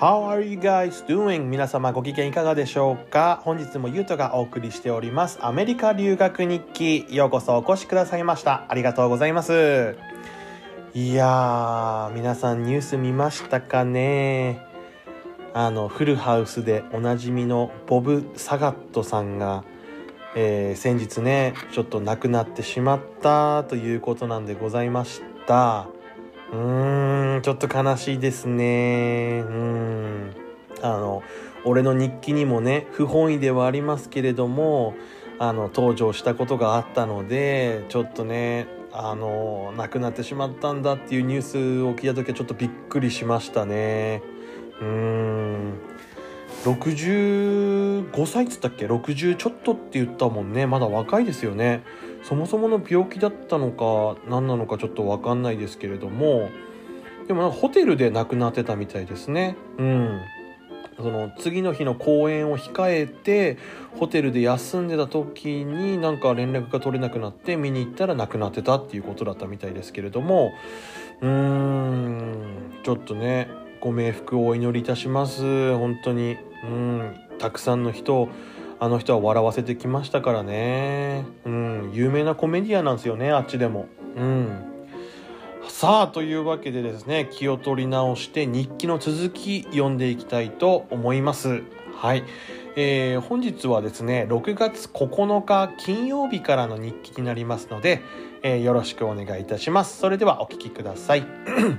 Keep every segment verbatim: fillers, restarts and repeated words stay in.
How are you guys doing? 皆様ご機嫌いかがでしょうか？本日もゆうとがお送りしておりますアメリカ留学日記、ようこそお越しくださいました。ありがとうございます。いやー、皆さんニュース見ましたかね？あのフルハウスでおなじみのボブ・サガットさんが、えー、先日ねちょっと亡くなってしまったということなんでございました。うーんちょっと悲しいですね。うーんあの俺の日記にもね不本意ではありますけれどもあの登場したことがあったので、ちょっとねあの亡くなってしまったんだっていうニュースを聞いた時はちょっとびっくりしましたね。うーんろくじゅうごさいっつったっけ？ろくじゅうちょっとって言ったもんね。まだ若いですよね。そもそもの病気だったのか何なのかちょっと分かんないですけれども、でもなんかホテルで亡くなってたみたいですね。うんその次の日の公演を控えてホテルで休んでた時になんか連絡が取れなくなって見に行ったら亡くなってたっていうことだったみたいですけれども、うーんちょっとねご冥福をお祈りいたします。本当にうんたくさんの人をあの人は笑わせてきましたからね。うん有名なコメディアンなんですよね、あっちでも。うんさあというわけでですね、気を取り直して日記の続き読んでいきたいと思います。はい、えー、本日はですねろくがつここのか金曜日からの日記になりますので、えー、よろしくお願いいたします。それではお聞きください。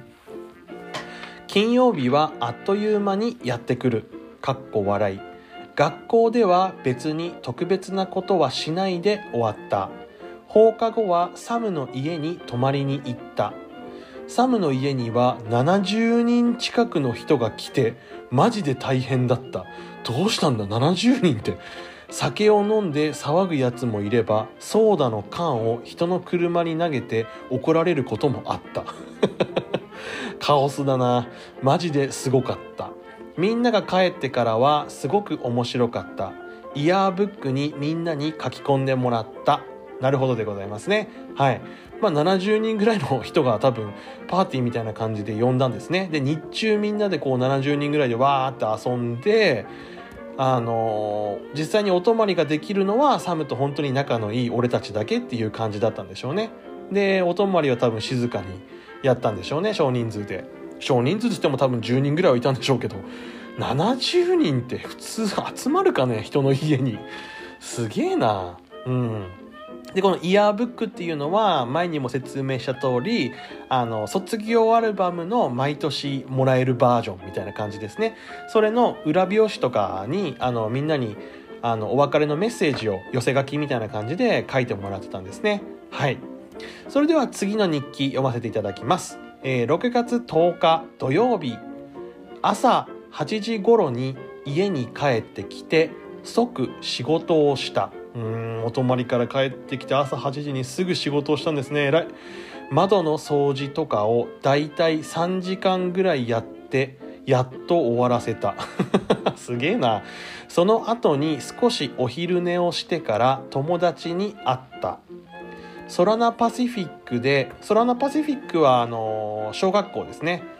金曜日はあっという間にやってくる。かっこ笑い。学校では別に特別なことはしないで終わった。放課後はサムの家に泊まりに行った。サムの家にはななじゅうにん近くの人が来てマジで大変だった。どうしたんだななじゅうにんって。酒を飲んで騒ぐやつもいればソーダの缶を人の車に投げて怒られることもあったカオスだな。マジですごかった。みんなが帰ってからはすごく面白かった。イヤーブックにみんなに書き込んでもらった。なるほどでございますね。はい。まあななじゅうにんぐらいの人が多分パーティーみたいな感じで呼んだんですね。で日中みんなでこうななじゅうにんぐらいでわーって遊んで、あのー、実際にお泊まりができるのはサムと本当に仲のいい俺たちだけっていう感じだったんでしょうね。でお泊まりは多分静かにやったんでしょうね、少人数で。少人数としても多分じゅうにんぐらいはいたんでしょうけど、ななじゅうにんって普通集まるかね、人の家に。すげえな。うんでこのイヤーブックっていうのは前にも説明した通り、あの卒業アルバムの毎年もらえるバージョンみたいな感じですね。それの裏表紙とかにあのみんなにあのお別れのメッセージを寄せ書きみたいな感じで書いてもらってたんですね。はい。それでは次の日記読ませていただきます。えー、ろくがつとおか土曜日、朝はちじ頃に家に帰ってきて即仕事をした。うーんお泊まりから帰ってきて朝はちじにすぐ仕事をしたんですね。偉い。窓の掃除とかをだいたいさんじかんぐらいやってやっと終わらせたすげえな。その後に少しお昼寝をしてから友達に会った。ソラナパシフィックで、ソラナパシフィックはあのー、小学校ですね。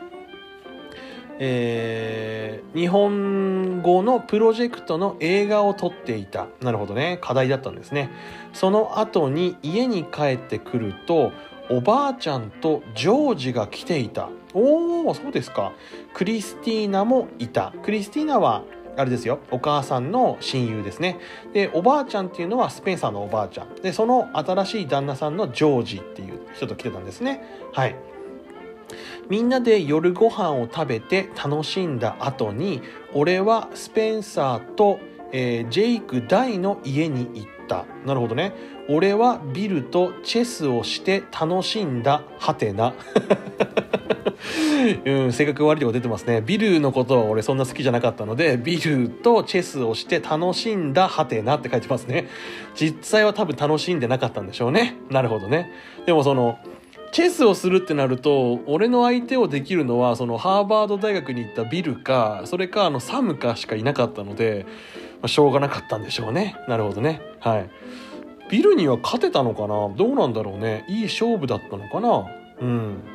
えー、日本語のプロジェクトの映画を撮っていた。なるほどね、課題だったんですね。その後に家に帰ってくるとおばあちゃんとジョージが来ていた。おーそうですか。クリスティーナもいた。クリスティーナはあれですよ、お母さんの親友ですね。でおばあちゃんっていうのはスペンサーのおばあちゃんで、その新しい旦那さんのジョージっていう人と来てたんですね。はい。みんなで夜ご飯を食べて楽しんだ後に俺はスペンサーと、えー、ジェイク大の家に行った。なるほどね。俺はビルとチェスをして楽しんだはてなうん性格悪いとこ出てますね。ビルのことは俺そんな好きじゃなかったのでビルとチェスをして楽しんだはてなって書いてますね。実際は多分楽しんでなかったんでしょうね。なるほどね。でもそのチェスをするってなると俺の相手をできるのはそのハーバード大学に行ったビルかそれかあのサムかしかいなかったので、まあ、しょうがなかったんでしょうね。なるほどね。はい。ビルには勝てたのかな、どうなんだろうね。いい勝負だったのかな。うん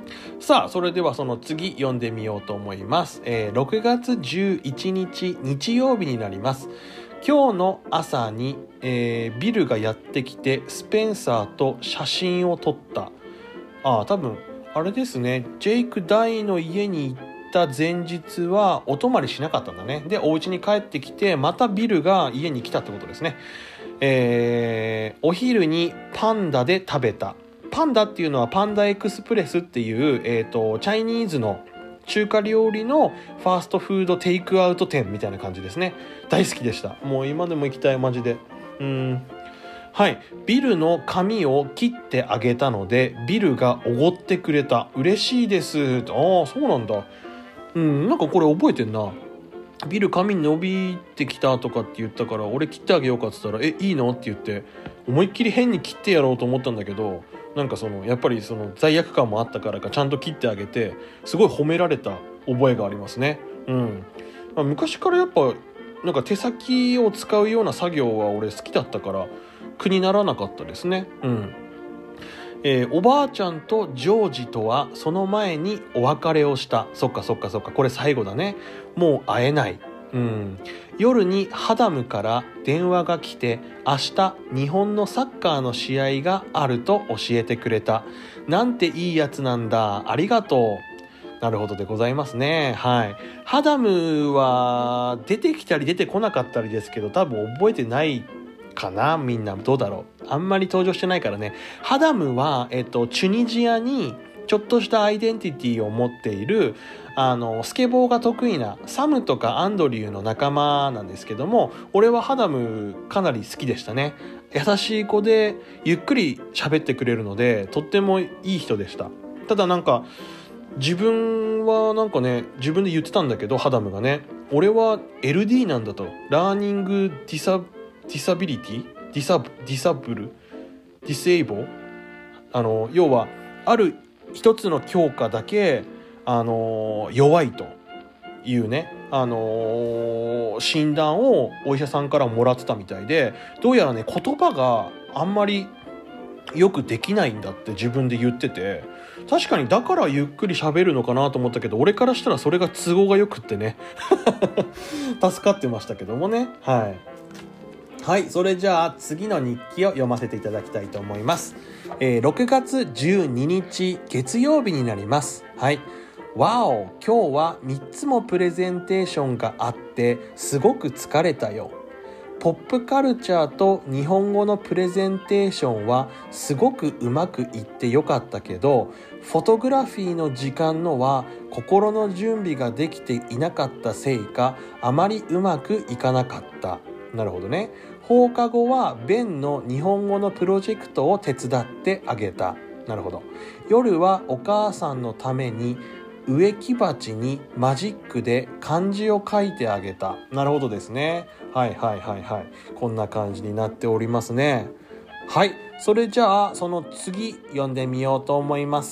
さあ、それではその次読んでみようと思います。えー、ろくがつじゅういちにち日曜日になります。今日の朝に、えー、ビルがやってきてスペンサーと写真を撮った。ああ、多分あれですね。ジェイク大の家に行った前日はお泊まりしなかったんだね。で、お家に帰ってきてまたビルが家に来たってことですね。えー、お昼にパンダで食べた。パンダっていうのはパンダエクスプレスっていう、えーと、チャイニーズの中華料理のファーストフードテイクアウト店みたいな感じですね。大好きでした。もう今でも行きたい、マジで。うーん。はい。ビルの髪を切ってあげたので、ビルがおごってくれた。嬉しいです。ああ、そうなんだ。うん、なんかこれ覚えてんな。ビル髪伸びてきたとかって言ったから、俺切ってあげようかって言ったら、え、いいのって言って、思いっきり変に切ってやろうと思ったんだけど、なんかそのやっぱりその罪悪感もあったからかちゃんと切ってあげて、すごい褒められた覚えがありますね。うん、まあ、昔からやっぱなんか手先を使うような作業は俺好きだったから苦にならなかったですね。うん。えー、おばあちゃんとジョージとはその前にお別れをした。そっかそっかそっか、これ最後だね。もう会えない。うん、夜にハダムから電話が来て、明日日本のサッカーの試合があると教えてくれた。なんていいやつなんだ、ありがとう。なるほどでございますね。はい。ハダムは出てきたり出てこなかったりですけど、多分覚えてないかな。みんなどうだろう。あんまり登場してないからね。ハダムは、えっと、チュニジアにちょっとしたアイデンティティを持っている、あのスケボーが得意なサムとかアンドリューの仲間なんですけども、俺はハダムかなり好きでしたね。優しい子でゆっくり喋ってくれるので、とってもいい人でした。ただなんか自分はなんかね、自分で言ってたんだけど、ハダムがね、俺は エルディー なんだと。ラーニングディサディサビリティディサディサブルディセイボー、あの要はある一つの教科だけあの弱いというね、あの診断をお医者さんからもらってたみたいで、どうやらね、言葉があんまりよくできないんだって自分で言ってて、確かにだからゆっくり喋るのかなと思ったけど、俺からしたらそれが都合がよくってね助かってましたけどもね。はいはい、それじゃあ次の日記を読ませていただきたいと思います。えー、ろくがつじゅうににち月曜日になります。はい。わお、今日はみっつもプレゼンテーションがあってすごく疲れたよ。ポップカルチャーと日本語のプレゼンテーションはすごくうまくいってよかったけど、フォトグラフィーの時間のは心の準備ができていなかったせいか、あまりうまくいかなかった。なるほどね。放課後はベンの日本語のプロジェクトを手伝ってあげた。なるほど。夜はお母さんのために植木鉢にマジックで漢字を書いてあげた。なるほどですね。はいはいはいはい。こんな感じになっておりますね。はい。それじゃあその次読んでみようと思います。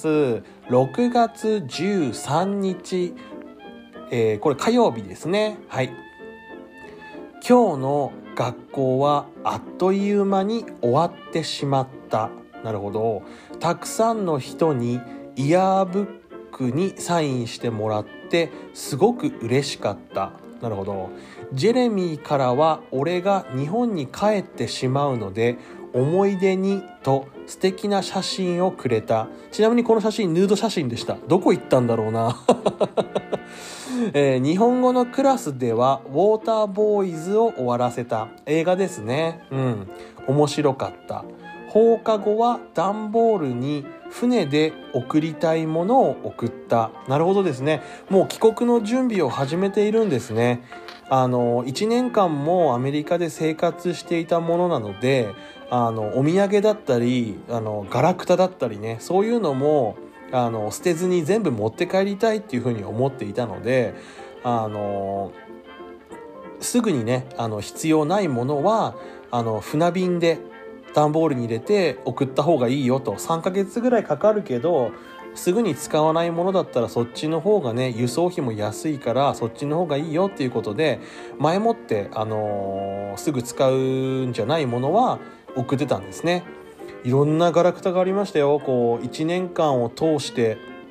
ろくがつじゅうさんにち、えー、これ火曜日ですね。はい。今日の学校はあっという間に終わってしまった。なるほど。たくさんの人にイヤーブックにサインしてもらってすごく嬉しかった。なるほど。ジェレミーからは俺が日本に帰ってしまうので思い出にと素敵な写真をくれた。ちなみにこの写真ヌード写真でした。どこ行ったんだろうな、えー、日本語のクラスではウォーターボーイズを終わらせた。映画ですね。うん、面白かった。放課後は段ボールに船で送りたいものを送った。なるほどですね。もう帰国の準備を始めているんですね。あのいちねんかんもアメリカで生活していたものなので、あのお土産だったりあのガラクタだったりね、そういうのもあの捨てずに全部持って帰りたいっていうふうに思っていたので、あのすぐにねあの必要ないものはあの船便で段ボールに入れて送った方がいいよと。さんかげつぐらいかかるけどすぐに使わないものだったらそっちの方がね輸送費も安いからそっちの方がいいよっていうことで、前もって、あのー、すぐ使うんじゃないものは送ってたんですね。いろんなガラクタがありましたよ。こういちねんかんを通して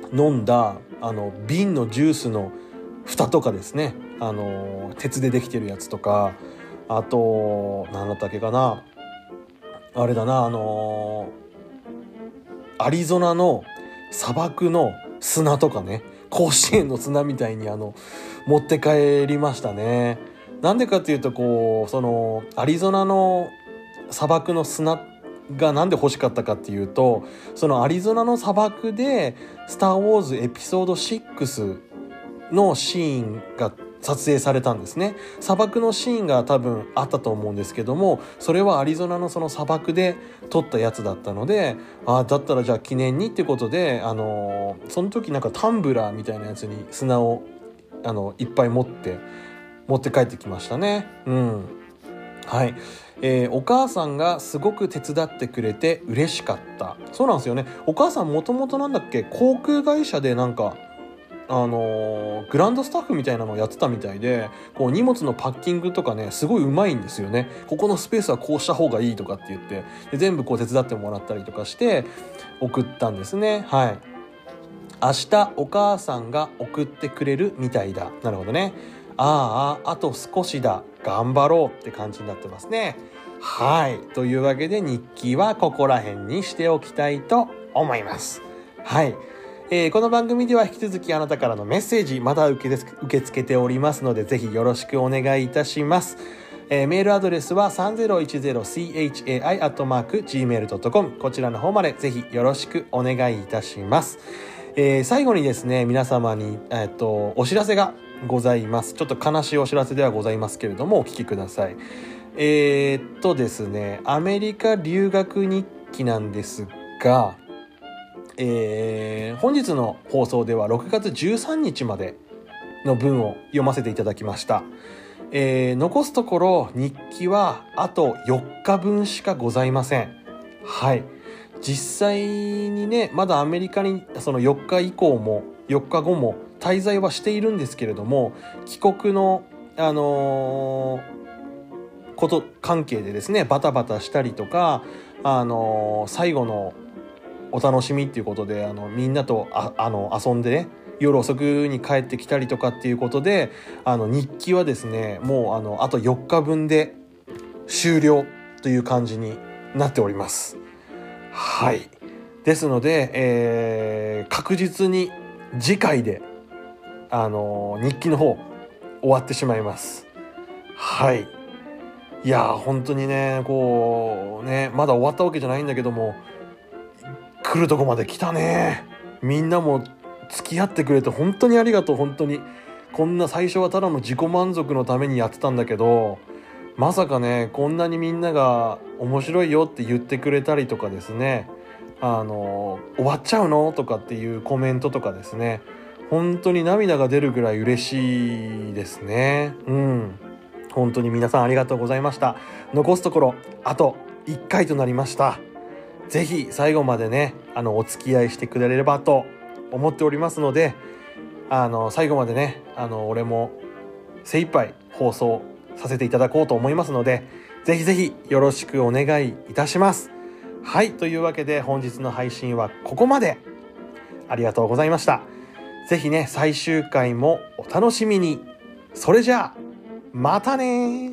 飲んだあの瓶のジュースの蓋とかですね、あの鉄でできてるやつとか、あと何だったっけかな、あれだな、あのアリゾナの砂漠の砂とかね、甲子園の砂みたいにあの持って帰りましたね。なんでかっていうと、こうそのアリゾナの砂漠の砂がなんで欲しかったかっていうと、そのアリゾナの砂漠でスター・ウォーズエピソードシックスのシーンが撮影されたんですね。砂漠のシーンが多分あったと思うんですけども、それはアリゾナのその砂漠で撮ったやつだったので、あだったらじゃあ記念にってことで、あのー、その時なんかタンブラーみたいなやつに砂をあのいっぱい持って持って帰ってきましたね。うんはい、えー、お母さんがすごく手伝ってくれて嬉しかった。そうなんですよね。お母さんもともとなんだっけ、航空会社でなんかあのー、グランドスタッフみたいなのをやってたみたいで、こう荷物のパッキングとかねすごいうまいんですよね。ここのスペースはこうした方がいいとかって言って、で全部こう手伝ってもらったりとかして送ったんですね。はい。明日お母さんが送ってくれるみたいだ。なるほどね。あああと少しだ、頑張ろうって感じになってますね。はい、というわけで日記はここら辺にしておきたいと思います。はい、えー、この番組では引き続きあなたからのメッセージまだ受け受け付けておりますので、ぜひよろしくお願いいたします。えー、メールアドレスは さんぜろいちぜろチャイ アットマーク ジーメール ドットコム、 こちらの方までぜひよろしくお願いいたします。えー、最後にですね、皆様に、えー、っとお知らせがございます。ちょっと悲しいお知らせではございますけれどもお聞きください。えー、っとですねアメリカ留学日記なんですが、えー、本日の放送ではろくがつじゅうさんにちまでの文を読ませていただきました。えー、残すところ日記はあとよっかぶんしかございません。はい、実際にねまだアメリカにそのよっか以降もよっかごも滞在はしているんですけれども、帰国のあのーこと関係でですねバタバタしたりとか、あのー、最後のお楽しみっていうことであのみんなとああの遊んでね夜遅くに帰ってきたりとかっていうことで、あの日記はですねもうあのあとよっかぶんで終了という感じになっております。はい、ですので、えー、確実に次回であのー、日記の方終わってしまいます。はい、いやー本当にねこうねまだ終わったわけじゃないんだけども来るとこまで来たね。みんなも付き合ってくれて本当にありがとう。本当にこんな最初はただの自己満足のためにやってたんだけど、まさかねこんなにみんなが面白いよって言ってくれたりとかですね、あの終わっちゃうのとかっていうコメントとかですね、本当に涙が出るぐらい嬉しいですね。うん本当に皆さんありがとうございました。残すところあといっかいとなりました。ぜひ最後までねあのお付き合いしてくれればと思っておりますので、あの最後までねあの俺も精一杯放送させていただこうと思いますので、ぜひぜひよろしくお願いいたします。はい、というわけで本日の配信はここまで。ありがとうございました。ぜひね最終回もお楽しみに。それじゃあまたね。